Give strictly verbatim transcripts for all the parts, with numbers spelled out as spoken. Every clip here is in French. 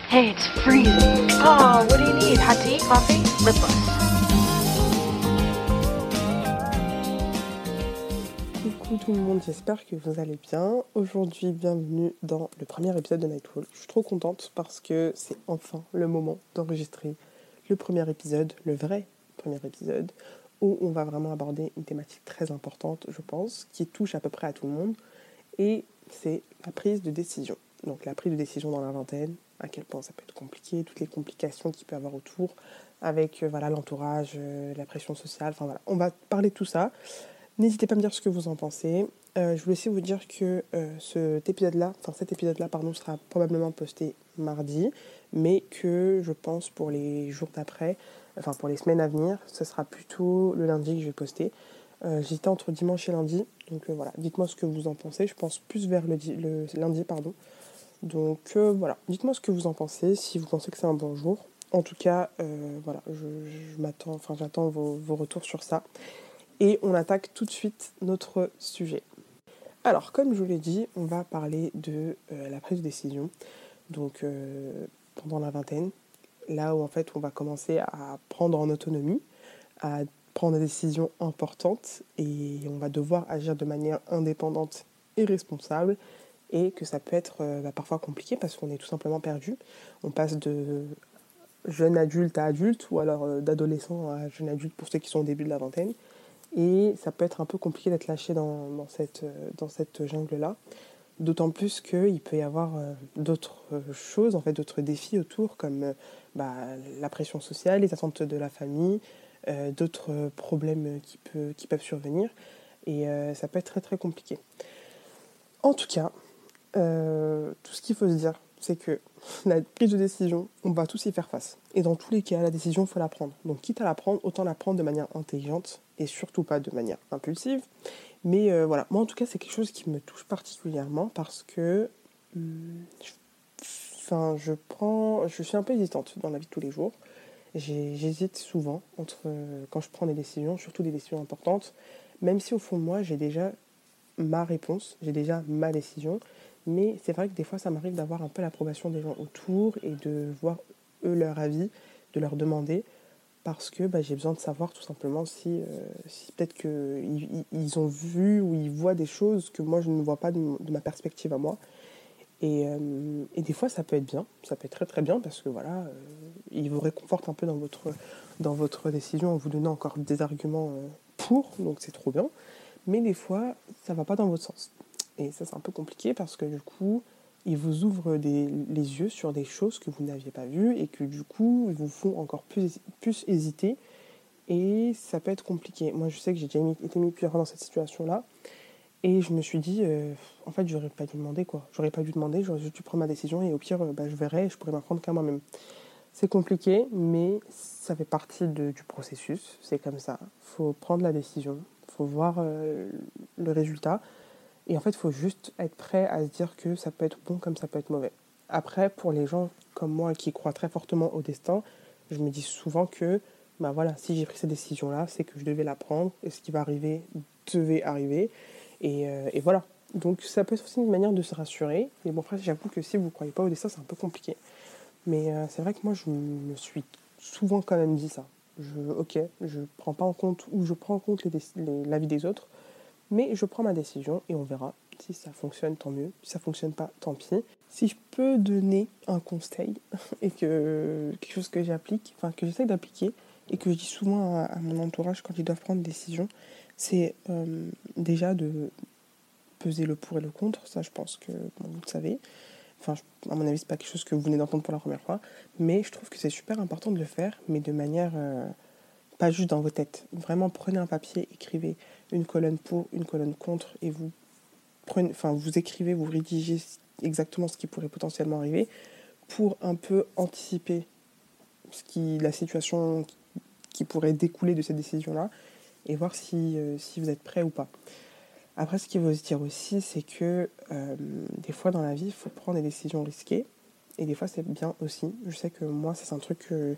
Hey, it's freezing. Oh, what do you need? Hot tea, coffee, lip gloss? Coucou tout le monde, j'espère que vous allez bien. Aujourd'hui, bienvenue dans le premier épisode de Nightfall. Je suis trop contente parce que c'est enfin le moment d'enregistrer le premier épisode, le vrai premier épisode, où on va vraiment aborder une thématique très importante, je pense, qui touche à peu près à tout le monde, et c'est la prise de décision. Donc la prise de décision dans la vingtaine, à quel point ça peut être compliqué, toutes les complications qu'il peut y avoir autour, avec euh, voilà, l'entourage, euh, la pression sociale, enfin voilà, on va parler de tout ça. N'hésitez pas à me dire ce que vous en pensez. Euh, je voulais aussi vous dire que euh, cet épisode-là, enfin cet épisode-là, pardon, sera probablement posté mardi, mais que je pense pour les jours d'après, enfin pour les semaines à venir, ce sera plutôt le lundi que je vais poster. Euh, j'hésitais entre dimanche et lundi, donc euh, voilà, dites-moi ce que vous en pensez. Je pense plus vers le, di- le lundi, pardon. Donc euh, voilà, dites-moi ce que vous en pensez, si vous pensez que c'est un bon jour. En tout cas, euh, voilà, je, je m'attends, enfin j'attends vos, vos retours sur ça. Et on attaque tout de suite notre sujet. Alors, comme je vous l'ai dit, on va parler de euh, la prise de décision. Donc, euh, pendant la vingtaine, là où en fait on va commencer à prendre en autonomie, à prendre des décisions importantes et on va devoir agir de manière indépendante et responsable, et que ça peut être euh, bah, parfois compliqué parce qu'on est tout simplement perdu. On passe de jeune adulte à adulte, ou alors euh, d'adolescent à jeune adulte pour ceux qui sont au début de la vingtaine. Et ça peut être un peu compliqué d'être lâché dans, dans cette, dans cette jungle-là. D'autant plus qu'il peut y avoir euh, d'autres choses, en fait, d'autres défis autour, comme euh, bah, la pression sociale, les attentes de la famille, euh, d'autres problèmes qui, peut, qui peuvent survenir. Et euh, ça peut être très très compliqué. En tout cas, euh, tout ce qu'il faut se dire, c'est que la prise de décision, on va tous y faire face. Et dans tous les cas, la décision, il faut la prendre. Donc quitte à la prendre, autant la prendre de manière intelligente et surtout pas de manière impulsive. Mais euh, voilà, moi en tout cas, c'est quelque chose qui me touche particulièrement parce que hum, je, enfin, je, prends, je suis un peu hésitante dans la vie de tous les jours. J'ai, j'hésite souvent entre euh, quand je prends des décisions, surtout des décisions importantes, même si au fond de moi, j'ai déjà ma réponse, j'ai déjà ma décision. Mais c'est vrai que des fois, ça m'arrive d'avoir un peu l'approbation des gens autour et de voir eux leur avis, de leur demander, parce que bah, j'ai besoin de savoir tout simplement si, euh, si peut-être qu'ils ils ont vu ou ils voient des choses que moi je ne vois pas de, de ma perspective à moi. Et, euh, et des fois, ça peut être bien, ça peut être très très bien parce que voilà, euh, ils vous réconfortent un peu dans votre, dans votre décision en vous donnant encore des arguments euh, pour, donc c'est trop bien. Mais des fois, ça va pas dans votre sens. Et ça, c'est un peu compliqué parce que du coup, ils vous ouvrent des, les yeux sur des choses que vous n'aviez pas vues et que du coup, ils vous font encore plus, plus hésiter. Et ça peut être compliqué. Moi, je sais que j'ai déjà mis, été mis plusieurs fois dans cette situation-là. Et je me suis dit, euh, en fait, j'aurais pas dû demander quoi. J'aurais pas dû demander, j'aurais juste dû prendre ma décision et au pire, euh, bah, je verrai et je pourrais m'en prendre qu'à moi-même. C'est compliqué, mais ça fait partie de, du processus. C'est comme ça. Il faut prendre la décision, il faut voir euh, le résultat. Et en fait, il faut juste être prêt à se dire que ça peut être bon comme ça peut être mauvais. Après, pour les gens comme moi qui croient très fortement au destin, je me dis souvent que bah voilà, si j'ai pris cette décision-là, c'est que je devais la prendre et ce qui va arriver devait arriver. Et, euh, et voilà. Donc ça peut être aussi une manière de se rassurer. Mais bon, après, j'avoue que si vous ne croyez pas au destin, c'est un peu compliqué. Mais euh, c'est vrai que moi, je me suis souvent quand même dit ça. Je, ok, je prends pas en compte, ou je prends en compte les, les, l'avis des autres, mais je prends ma décision et on verra. Si ça fonctionne, tant mieux. Si ça fonctionne pas, tant pis. Si je peux donner un conseil et que quelque chose que j'applique, enfin que j'essaie d'appliquer et que je dis souvent à, à mon entourage quand ils doivent prendre des décisions, c'est euh, déjà de peser le pour et le contre. Ça, je pense que bon, vous le savez. Enfin, à mon avis, c'est pas quelque chose que vous venez d'entendre pour la première fois, mais je trouve que c'est super important de le faire, mais de manière euh, pas juste dans vos têtes. Vraiment, prenez un papier, écrivez une colonne pour, une colonne contre, et vous prenez, enfin, vous écrivez, vous rédigez exactement ce qui pourrait potentiellement arriver pour un peu anticiper ce qui, la situation qui pourrait découler de cette décision-là et voir si, euh, si vous êtes prêt ou pas. Après, ce qu'il faut se dire aussi, c'est que euh, des fois dans la vie, il faut prendre des décisions risquées. Et des fois, c'est bien aussi. Je sais que moi, c'est un truc que,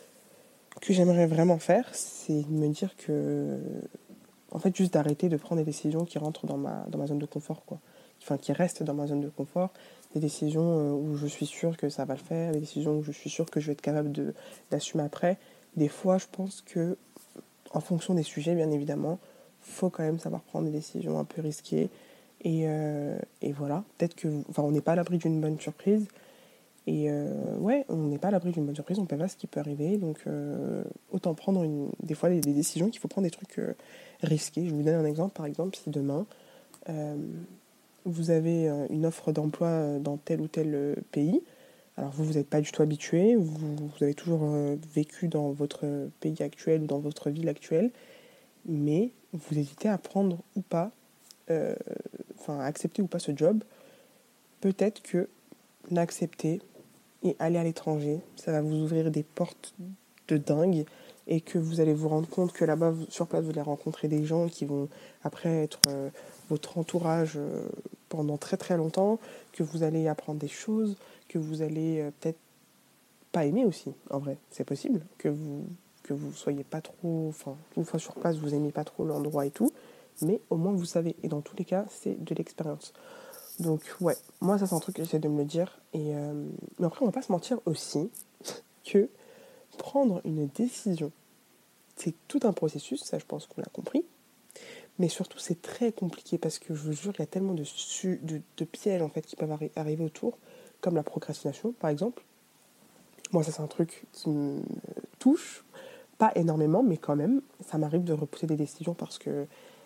que j'aimerais vraiment faire. C'est de me dire que... En fait, juste d'arrêter de prendre des décisions qui rentrent dans ma, dans ma zone de confort, quoi. Enfin, qui restent dans ma zone de confort. des décisions euh, où je suis sûre que ça va le faire, des décisions où je suis sûre que je vais être capable de, d'assumer après. Des fois, je pense que, en fonction des sujets, bien évidemment, faut quand même savoir prendre des décisions un peu risquées. Et, euh, et voilà, peut-être que, enfin, on n'est pas à l'abri d'une bonne surprise. Et euh, ouais, on n'est pas à l'abri d'une bonne surprise, on ne peut pas ce qui peut arriver. Donc, euh, autant prendre une, des fois des, des décisions qu'il faut prendre des trucs euh, risqués. Je vous donne un exemple, par exemple, si demain, euh, vous avez euh, une offre d'emploi euh, dans tel ou tel euh, pays. Alors vous, vous n'êtes pas du tout habitué, vous, vous avez toujours euh, vécu dans votre pays actuel ou dans votre ville actuelle, mais vous hésitez à prendre ou pas, euh, enfin à accepter ou pas ce job. Peut-être que l'accepter et aller à l'étranger, ça va vous ouvrir des portes de dingue et que vous allez vous rendre compte que là-bas, sur place, vous allez rencontrer des gens qui vont après être euh, votre entourage euh, pendant très très longtemps, que vous allez apprendre des choses, que vous allez euh, peut-être pas aimer aussi, en vrai, c'est possible, que vous que vous soyez pas trop, enfin, une fois sur place, vous aimiez pas trop l'endroit et tout, mais au moins vous savez, et dans tous les cas, c'est de l'expérience. Donc ouais, moi ça c'est un truc que j'essaie de me le dire, et euh, mais après on va pas se mentir aussi, que prendre une décision, c'est tout un processus, ça je pense qu'on l'a compris, mais surtout c'est très compliqué parce que je vous jure, il y a tellement de, su- de, de pièges en fait qui peuvent arri- arriver autour, comme la procrastination par exemple. Moi ça c'est un truc qui me touche, pas énormément, mais quand même, ça m'arrive de repousser des décisions parce que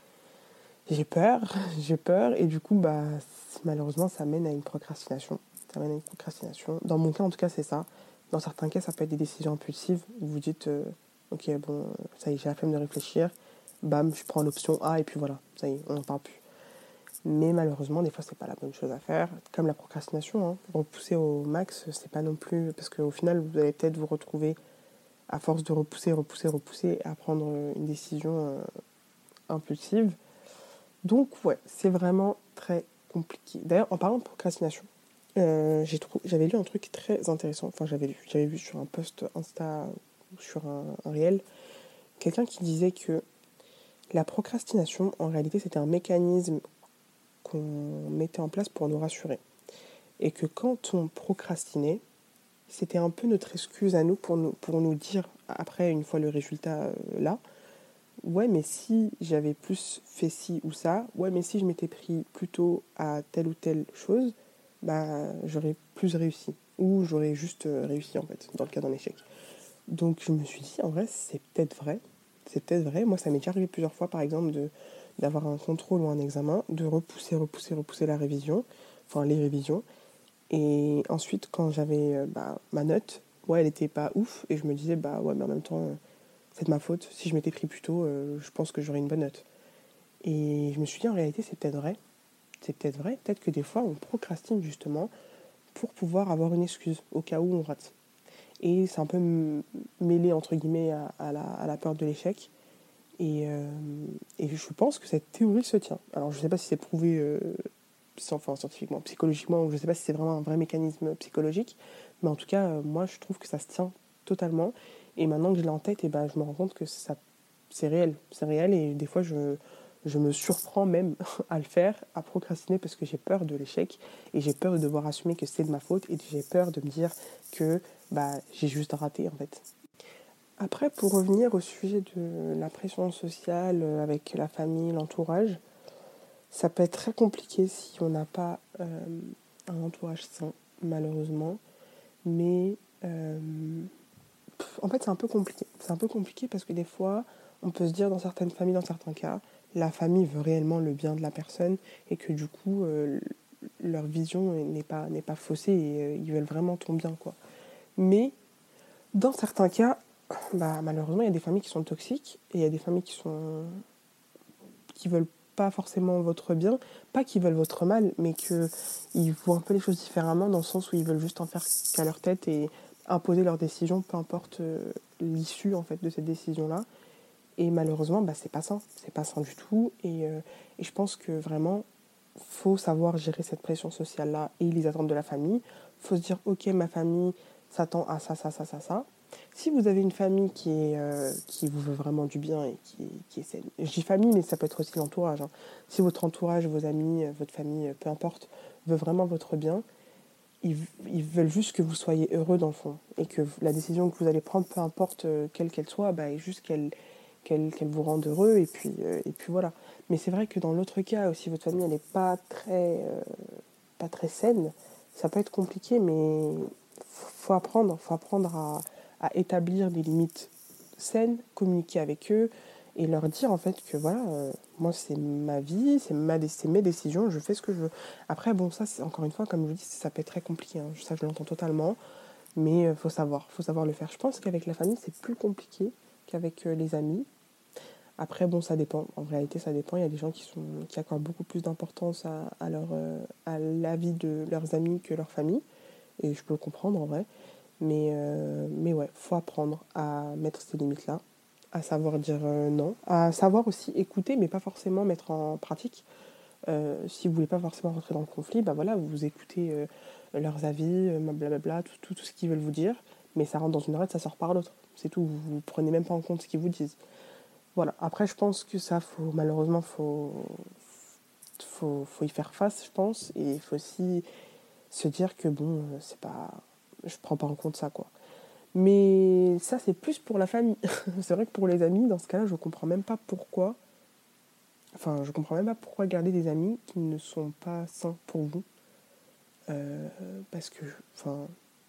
j'ai peur, j'ai peur, et du coup, bah, malheureusement, ça mène à une procrastination. Ça mène à une procrastination. Dans mon cas, en tout cas, c'est ça. Dans certains cas, ça peut être des décisions impulsives où vous dites, euh, ok, bon, ça y est, j'ai la flemme de réfléchir, bam, je prends l'option A, et puis voilà, ça y est, on n'en parle plus. Mais malheureusement, des fois, c'est pas la bonne chose à faire. Comme la procrastination, hein. Repousser au max, c'est pas non plus, parce qu'au final, vous allez peut-être vous retrouver, à force de repousser, repousser, repousser, à prendre une décision euh, impulsive. Donc ouais, c'est vraiment très compliqué. D'ailleurs, en parlant de procrastination, euh, j'ai trou- j'avais lu un truc très intéressant. Enfin, j'avais lu, j'avais vu sur un post Insta ou sur un, un réel, quelqu'un qui disait que la procrastination, en réalité, c'était un mécanisme qu'on mettait en place pour nous rassurer. Et que quand on procrastinait, c'était un peu notre excuse à nous pour nous, pour nous dire, après, une fois le résultat euh, là, ouais, mais si j'avais plus fait ci ou ça, ouais, mais si je m'étais pris plutôt à telle ou telle chose, bah, j'aurais plus réussi. Ou j'aurais juste euh, réussi, en fait, dans le cas d'un échec. Donc, je me suis dit, en vrai, c'est peut-être vrai. C'est peut-être vrai. Moi, ça m'est déjà arrivé plusieurs fois, par exemple, de, d'avoir un contrôle ou un examen, de repousser, repousser, repousser la révision, enfin, les révisions. Et ensuite, quand j'avais euh, bah, ma note, ouais, elle était pas ouf. Et je me disais, bah, ouais, mais en même temps, euh, c'est de ma faute. Si je m'étais pris plus tôt, euh, je pense que j'aurais une bonne note. Et je me suis dit, en réalité, c'est peut-être vrai. C'est peut-être vrai. Peut-être que des fois, on procrastine justement pour pouvoir avoir une excuse au cas où on rate. Et c'est un peu m- mêlé, entre guillemets, à, à la, à la peur de l'échec. Et, euh, et je pense que cette théorie se tient. Alors, je ne sais pas si c'est prouvé euh, enfin, scientifiquement, psychologiquement, ou je ne sais pas si c'est vraiment un vrai mécanisme psychologique. Mais en tout cas, euh, moi, je trouve que ça se tient totalement. Et maintenant que je l'ai en tête, et ben, je me rends compte que ça, c'est réel. C'est réel et des fois, je, je me surprends même à le faire, à procrastiner parce que j'ai peur de l'échec et j'ai peur de devoir assumer que c'est de ma faute et j'ai peur de me dire que bah, j'ai juste raté en fait. Après, pour revenir au sujet de la pression sociale avec la famille, l'entourage, ça peut être très compliqué si on n'a pas euh, un entourage sain, malheureusement. Mais euh, en fait, c'est un peu compliqué. C'est un peu compliqué parce que des fois, on peut se dire dans certaines familles, dans certains cas, la famille veut réellement le bien de la personne et que du coup, euh, leur vision n'est pas, n'est pas faussée et euh, ils veulent vraiment ton bien, quoi. Mais dans certains cas, bah, malheureusement, il y a des familles qui sont toxiques et il y a des familles qui sont qui veulent pas forcément votre bien, pas qu'ils veulent votre mal, mais qu'ils voient un peu les choses différemment dans le sens où ils veulent juste en faire qu'à leur tête et imposer leurs décisions, peu importe euh, l'issue en fait de cette décision-là. Et malheureusement, bah, c'est pas sain, c'est pas sain du tout. Et, euh, et je pense que vraiment, faut savoir gérer cette pression sociale-là et les attentes de la famille. Faut se dire, ok, ma famille s'attend à ça, ça, ça, ça, ça. Si vous avez une famille qui, est, euh, qui vous veut vraiment du bien et qui, qui est saine, je dis famille, mais ça peut être aussi l'entourage. Hein. Si votre entourage, vos amis, votre famille, peu importe, veut vraiment votre bien, ils, ils veulent juste que vous soyez heureux dans le fond. Et que la décision que vous allez prendre, peu importe euh, quelle qu'elle soit, bah, est juste qu'elle, qu'elle, qu'elle vous rende heureux. Et puis, euh, et puis voilà. Mais c'est vrai que dans l'autre cas, aussi, votre famille, elle n'est pas très, euh, pas très saine. Ça peut être compliqué, mais faut apprendre. Faut apprendre à, à établir des limites saines, communiquer avec eux et leur dire en fait que voilà, euh, moi c'est ma vie, c'est, ma, c'est mes décisions, je fais ce que je veux. Après, bon, ça, c'est, encore une fois, comme je dis, ça peut être très compliqué. Hein. Ça, je l'entends totalement. Mais il euh, faut savoir, faut savoir le faire. Je pense qu'avec la famille, c'est plus compliqué qu'avec euh, les amis. Après, bon, ça dépend. En réalité, ça dépend. Il y a des gens qui, sont, qui accordent beaucoup plus d'importance à, à, leur, euh, à la vie de leurs amis que leur famille. Et je peux le comprendre, en vrai. Mais, euh, mais ouais, faut apprendre à mettre ces limites-là, à savoir dire euh, non, à savoir aussi écouter, mais pas forcément mettre en pratique. Euh, si vous voulez pas forcément rentrer dans le conflit, bah voilà, vous écoutez euh, leurs avis, euh, blablabla, tout, tout, tout ce qu'ils veulent vous dire, mais ça rentre dans une oreille, ça sort par l'autre. C'est tout, vous, vous prenez même pas en compte ce qu'ils vous disent. Voilà, après je pense que ça, faut, malheureusement, faut, faut, faut y faire face, je pense, et il faut aussi se dire que bon, euh, c'est pas... Je prends pas en compte ça, quoi. Mais ça, c'est plus pour la famille. C'est vrai que pour les amis, dans ce cas-là, je comprends même pas pourquoi. Enfin, je comprends même pas pourquoi garder des amis qui ne sont pas sains pour vous. Euh, parce que, enfin,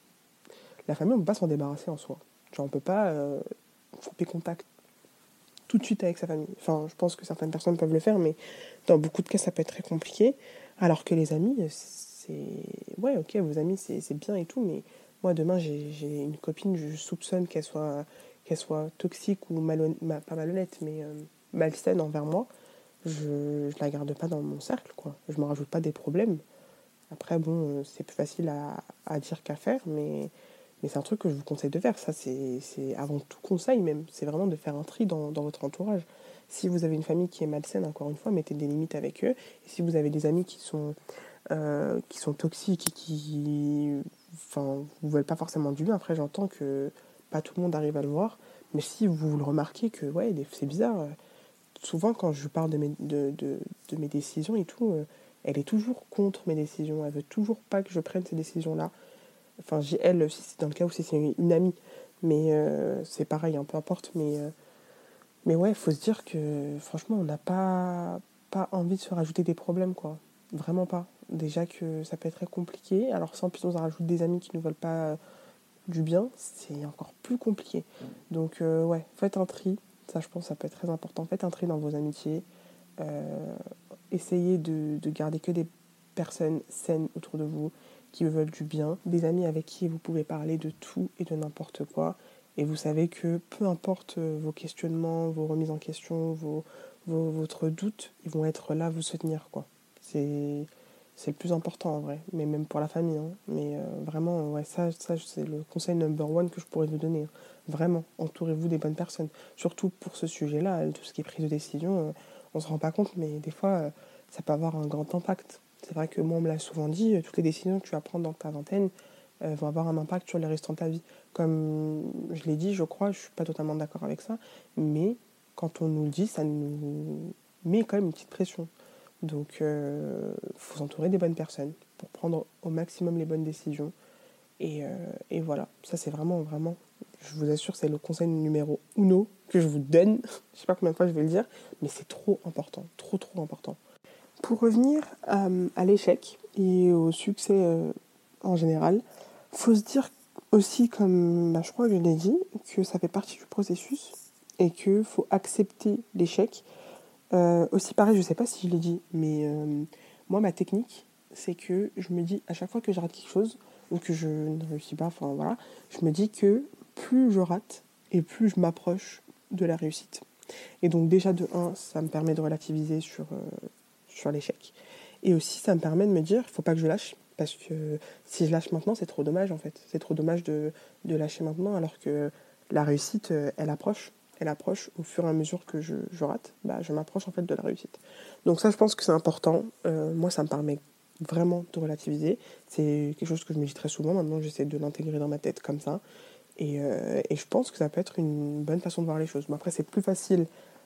la famille, on peut pas s'en débarrasser en soi. Genre, on peut pas euh, couper contact tout de suite avec sa famille. Enfin, je pense que certaines personnes peuvent le faire, mais dans beaucoup de cas, ça peut être très compliqué. Alors que les amis, c'est... Ouais, ok, vos amis, c'est, c'est bien et tout, mais moi, demain, j'ai, j'ai une copine, je soupçonne qu'elle soit, qu'elle soit toxique ou malhonnête, pas malhonnête, mais euh, malsaine envers moi. Je, je la garde pas dans mon cercle, quoi. Je me rajoute pas des problèmes. Après, bon, c'est plus facile à, à dire qu'à faire, mais, mais c'est un truc que je vous conseille de faire. Ça, c'est, c'est avant tout conseil même. C'est vraiment de faire un tri dans, dans votre entourage. Si vous avez une famille qui est malsaine, encore une fois, mettez des limites avec eux. Et si vous avez des amis qui sont, euh, qui sont toxiques et qui enfin, vous veulent pas forcément du bien, après, j'entends que pas tout le monde arrive à le voir. Mais si vous le remarquez que, ouais, c'est bizarre, souvent quand je parle de mes, de, de, de mes décisions et tout, euh, elle est toujours contre mes décisions. Elle veut toujours pas que je prenne ces décisions-là. Enfin, j'ai elle, si c'est dans le cas où c'est une amie. Mais euh, c'est pareil, hein, peu importe. Mais, euh, mais ouais, il faut se dire que franchement, on n'a pas, pas envie de se rajouter des problèmes, quoi. Vraiment pas. Déjà que ça peut être très compliqué. Alors, si en plus on se rajoute des amis qui ne veulent pas du bien, c'est encore plus compliqué. Donc, euh, ouais, faites un tri. Ça, je pense, ça peut être très important. Faites un tri dans vos amitiés. Euh, essayez de, de garder que des personnes saines autour de vous, qui vous veulent du bien, des amis avec qui vous pouvez parler de tout et de n'importe quoi. Et vous savez que peu importe vos questionnements, vos remises en question, vos, vos, votre doute, ils vont être là à vous soutenir, quoi. C'est, c'est le plus important en vrai, mais même pour la famille. Hein. Mais euh, vraiment, ouais, ça, ça, c'est le conseil number one que je pourrais vous donner. Hein. Vraiment, entourez-vous des bonnes personnes. Surtout pour ce sujet-là, tout ce qui est prise de décision, euh, on se rend pas compte, mais des fois, euh, ça peut avoir un grand impact. C'est vrai que moi, on me l'a souvent dit, euh, toutes les décisions que tu vas prendre dans ta vingtaine euh, vont avoir un impact sur les restants de ta vie. Comme je l'ai dit, je crois, je suis pas totalement d'accord avec ça, mais quand on nous le dit, ça nous met quand même une petite pression. Donc, il euh, faut s'entourer des bonnes personnes pour prendre au maximum les bonnes décisions. Et, euh, et voilà, ça c'est vraiment, vraiment, je vous assure, c'est le conseil numéro uno que je vous donne. Je sais pas combien de fois je vais le dire, mais c'est trop important, trop trop important. Pour revenir à, à l'échec et au succès euh, en général, faut se dire aussi, comme bah, je crois que je l'ai dit, que ça fait partie du processus et qu'il faut accepter l'échec. Euh, aussi pareil, je sais pas si je l'ai dit, mais euh, moi ma technique, c'est que je me dis à chaque fois que je rate quelque chose ou que je ne réussis pas, enfin voilà, je me dis que plus je rate et plus je m'approche de la réussite. Et donc déjà de un, ça me permet de relativiser sur, euh, sur l'échec. Et aussi ça me permet de me dire, il faut pas que je lâche, parce que si je lâche maintenant, c'est trop dommage en fait. C'est trop dommage de, de lâcher maintenant alors que la réussite, euh, elle approche. Elle approche au fur et à mesure que je, je rate, bah, je m'approche en fait de la réussite. Donc ça, je pense que c'est important. Euh, moi, ça me permet vraiment de relativiser. C'est quelque chose que je me dis très souvent. Maintenant, j'essaie de l'intégrer dans ma tête comme ça. Et, euh, et je pense que ça peut être une bonne façon de voir les choses. Bon, après, c'est plus facile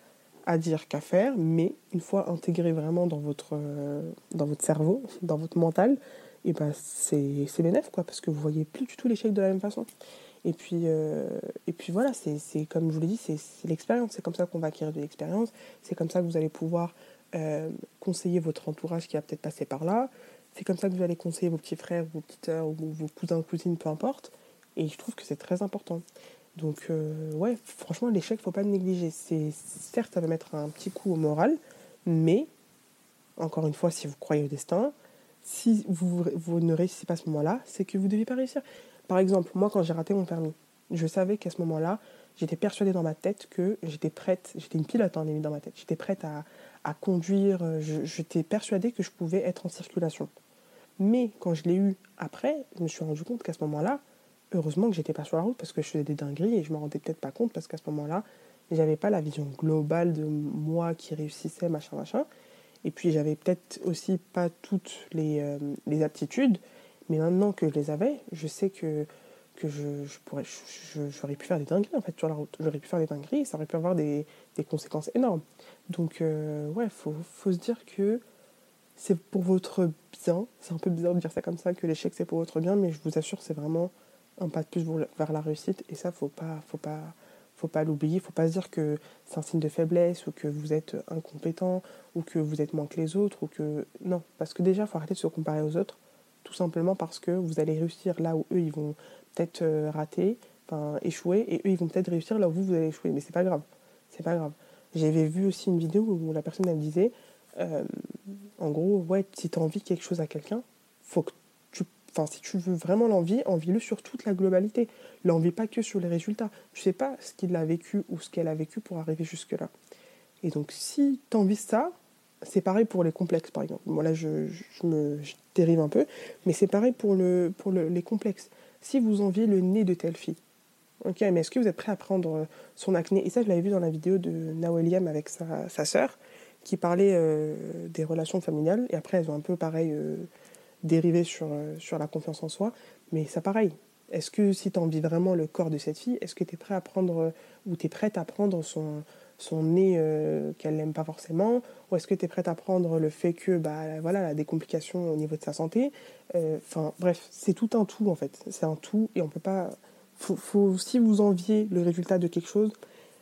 à dire qu'à faire, mais une fois intégré vraiment dans votre, euh, dans votre cerveau, dans votre mental, et bah c'est, c'est bénéf, quoi, parce que vous voyez plus du tout l'échec de la même façon. Et puis, euh, et puis voilà, c'est, c'est comme je vous l'ai dit, c'est, c'est l'expérience. C'est comme ça qu'on va acquérir de l'expérience. C'est comme ça que vous allez pouvoir euh, conseiller votre entourage qui va peut-être passer par là. C'est comme ça que vous allez conseiller vos petits frères, vos petites sœurs, ou vos cousins, cousines, peu importe. Et je trouve que c'est très important. Donc, euh, ouais, franchement, l'échec, faut pas le négliger. C'est, certes, ça va mettre un petit coup au moral, mais, encore une fois, si vous croyez au destin, si vous, vous ne réussissez pas à ce moment-là, c'est que vous ne deviez pas réussir. Par exemple, moi, quand j'ai raté mon permis, je savais qu'à ce moment-là, j'étais persuadée dans ma tête que j'étais prête, j'étais une pilote en limite dans ma tête, j'étais prête à, à conduire, je, j'étais persuadée que je pouvais être en circulation. Mais quand je l'ai eu après, je me suis rendu compte qu'à ce moment-là, heureusement que j'étais pas sur la route parce que je faisais des dingueries et je me rendais peut-être pas compte parce qu'à ce moment-là, j'avais pas la vision globale de moi qui réussissait, machin, machin. Et puis j'avais peut-être aussi pas toutes les, euh, les aptitudes, mais maintenant que je les avais, je sais que, que je, je pourrais, je, j'aurais pu faire des dingueries en fait sur la route. J'aurais pu faire des dingueries et ça aurait pu avoir des, des conséquences énormes. Donc euh, ouais, faut, faut se dire que c'est pour votre bien. C'est un peu bizarre de dire ça comme ça, que l'échec c'est pour votre bien, mais je vous assure, c'est vraiment un pas de plus vers la réussite. Et ça, faut pas, faut pas, faut pas l'oublier. Faut pas se dire que c'est un signe de faiblesse ou que vous êtes incompétent ou que vous êtes moins que les autres ou que non. Parce que déjà, faut arrêter de se comparer aux autres, tout simplement parce que vous allez réussir là où eux ils vont peut-être rater, enfin échouer, et eux ils vont peut-être réussir là où vous vous allez échouer. Mais c'est pas grave, c'est pas grave. J'avais vu aussi une vidéo où la personne elle disait euh, en gros, ouais, si tu as envie de quelque chose à quelqu'un, faut que tu, enfin, si tu veux vraiment l'envie, envie-le sur toute la globalité. L'envie pas que sur les résultats. Tu sais pas ce qu'il a vécu ou ce qu'elle a vécu pour arriver jusque-là. Et donc, si tu envies ça, c'est pareil pour les complexes, par exemple. Moi, là, je, je, je me je dérive un peu, mais c'est pareil pour, le, pour le, les complexes. Si vous enviez le nez de telle fille, ok, mais est-ce que vous êtes prêt à prendre son acné? Et ça, je l'avais vu dans la vidéo de Naweliam avec sa, sa sœur, qui parlait euh, des relations familiales. Et après, elles ont un peu, pareil, euh, dérivé sur, euh, sur la confiance en soi. Mais c'est pareil. Est-ce que si tu envies vraiment le corps de cette fille, est-ce que tu es prêt à prendre, euh, ou tu es prête à prendre son, son nez euh, qu'elle n'aime pas forcément? Ou est-ce que tu es prête à prendre le fait que, bah, voilà, elle a des complications au niveau de sa santé? Enfin, euh, bref, c'est tout un tout, en fait. C'est un tout, et on peut pas... Faut, faut, si vous enviez le résultat de quelque chose,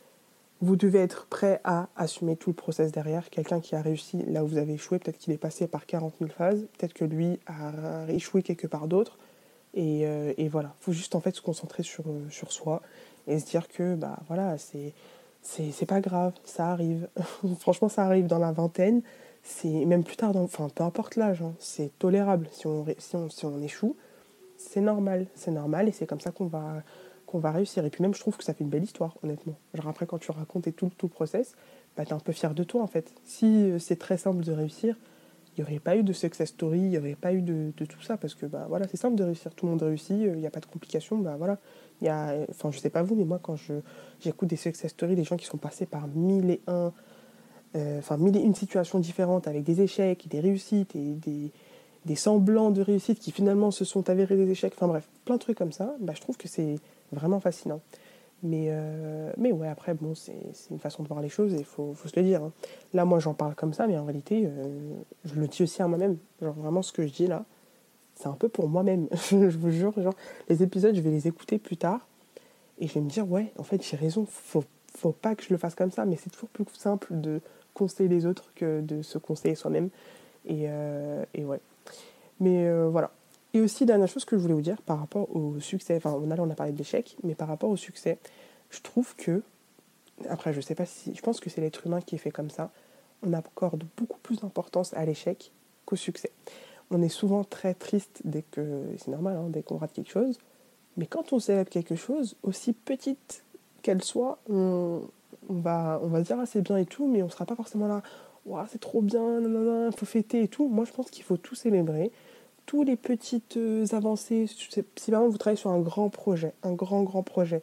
vous devez être prêt à assumer tout le process derrière. Quelqu'un qui a réussi là où vous avez échoué, peut-être qu'il est passé par quarante mille phases, peut-être que lui a échoué quelque part d'autre. Et, euh, et voilà, il faut juste en fait se concentrer sur, euh, sur soi et se dire que bah voilà, c'est, c'est, c'est pas grave, ça arrive. Franchement, ça arrive dans la vingtaine, c'est même plus tard, dans, enfin peu importe l'âge, hein, c'est tolérable. Si on, si, on, si on échoue, c'est normal, c'est normal et c'est comme ça qu'on va, qu'on va réussir. Et puis même, je trouve que ça fait une belle histoire, honnêtement. Genre après, quand tu racontes et tout, tout le process, bah, t'es un peu fier de toi, en fait. Si euh, c'est très simple de réussir, il n'y aurait pas eu de success story, il n'y aurait pas eu de, de tout ça, parce que bah, voilà, c'est simple de réussir. Tout le monde réussit, il euh, n'y a pas de complications, bah voilà. Il y a, enfin, je sais pas vous, mais moi, quand je, j'écoute des success stories, des gens qui sont passés par mille et un, euh, enfin, mille et une situations différentes, avec des échecs, des réussites, et des des semblants de réussite qui finalement se sont avérés des échecs, enfin bref, plein de trucs comme ça, bah, je trouve que c'est vraiment fascinant. Mais, euh, mais ouais, après, bon, c'est, c'est une façon de voir les choses et il faut, faut se le dire. Hein. Là, moi, j'en parle comme ça, mais en réalité, euh, je le dis aussi à moi-même. Genre, vraiment, ce que je dis là, c'est un peu pour moi-même. Je vous jure, genre, les épisodes, je vais les écouter plus tard et je vais me dire, ouais, en fait, j'ai raison, faut, faut pas que je le fasse comme ça, mais c'est toujours plus simple de conseiller les autres que de se conseiller soi-même. Et, euh, et ouais. Mais euh, voilà. Et aussi, dernière chose que je voulais vous dire par rapport au succès, enfin, on a, on a parlé de l'échec, mais par rapport au succès, je trouve que, après, je sais pas si, je pense que c'est l'être humain qui est fait comme ça, on accorde beaucoup plus d'importance à l'échec qu'au succès. On est souvent très triste dès que, c'est normal, hein, dès qu'on rate quelque chose, mais quand on célèbre quelque chose, aussi petite qu'elle soit, on, on, va, on va se dire, ah, c'est bien et tout, mais on sera pas forcément là, ouah, c'est trop bien, il faut fêter et tout. Moi, je pense qu'il faut tout célébrer. Tous les petites avancées, si par exemple vous travaillez sur un grand projet, un grand grand projet,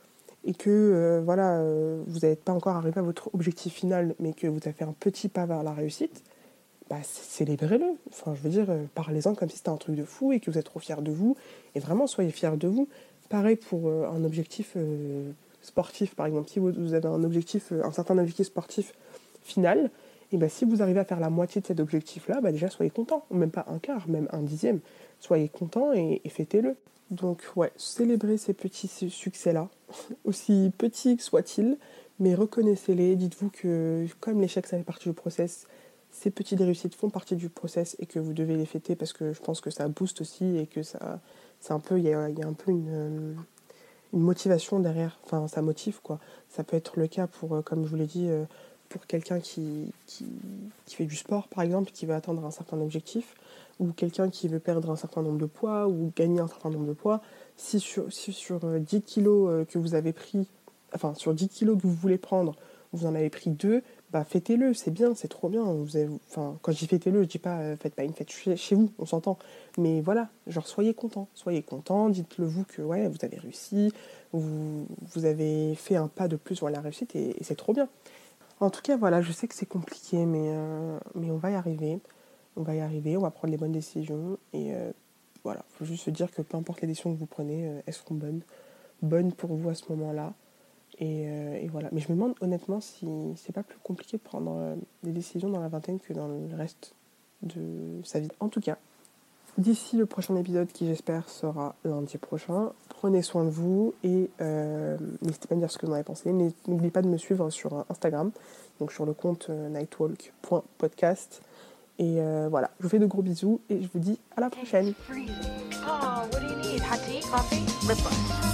et que euh, voilà, euh, vous n'êtes pas encore arrivé à votre objectif final, mais que vous avez fait un petit pas vers la réussite, bah célébrez-le. Enfin, je veux dire, euh, parlez-en comme si c'était un truc de fou et que vous êtes trop fiers de vous, et vraiment soyez fiers de vous. Pareil pour euh, un objectif euh, sportif, par exemple, si vous, vous avez un objectif, euh, un certain objectif sportif final, Et bien si vous arrivez à faire la moitié de cet objectif-là, bah déjà soyez content, même pas un quart, même un dixième. Soyez content et, et fêtez-le. Donc ouais, célébrez ces petits succès-là, aussi petits que soient-ils, mais reconnaissez-les, dites-vous que comme l'échec ça fait partie du process, ces petites réussites font partie du process et que vous devez les fêter parce que je pense que ça booste aussi et que ça, c'est un peu, il y a, y a un peu une, une motivation derrière, enfin ça motive quoi. Ça peut être le cas pour, comme je vous l'ai dit, pour quelqu'un qui, qui, qui fait du sport par exemple, qui veut atteindre un certain objectif, ou quelqu'un qui veut perdre un certain nombre de poids ou gagner un certain nombre de poids. Si sur, si sur dix kilos que vous avez pris, enfin sur dix kilos que vous voulez prendre, vous en avez pris deux, bah fêtez-le, c'est bien, c'est trop bien. Vous avez, enfin, quand je dis fêtez-le, je dis pas euh, faites pas une fête chez, chez vous, on s'entend. Mais voilà, genre soyez content, soyez content, dites-le vous que ouais, vous avez réussi, vous, vous avez fait un pas de plus vers la réussite et, et c'est trop bien. En tout cas, voilà, je sais que c'est compliqué, mais, euh, mais on va y arriver. On va y arriver, on va prendre les bonnes décisions. Et euh, voilà, il faut juste se dire que peu importe les décisions que vous prenez, euh, elles seront bonnes. Bonnes pour vous à ce moment-là. Et, euh, et voilà. Mais je me demande honnêtement si c'est pas plus compliqué de prendre euh, des décisions dans la vingtaine que dans le reste de sa vie. En tout cas, d'ici le prochain épisode qui j'espère sera lundi prochain, prenez soin de vous et euh, n'hésitez pas à me dire ce que vous en avez pensé. N'oubliez pas de me suivre sur Instagram, donc sur le compte euh, nightwalk point podcast. Et euh, voilà, je vous fais de gros bisous et je vous dis à la prochaine. Oh, what do you need? Hot tea, coffee, lip gloss.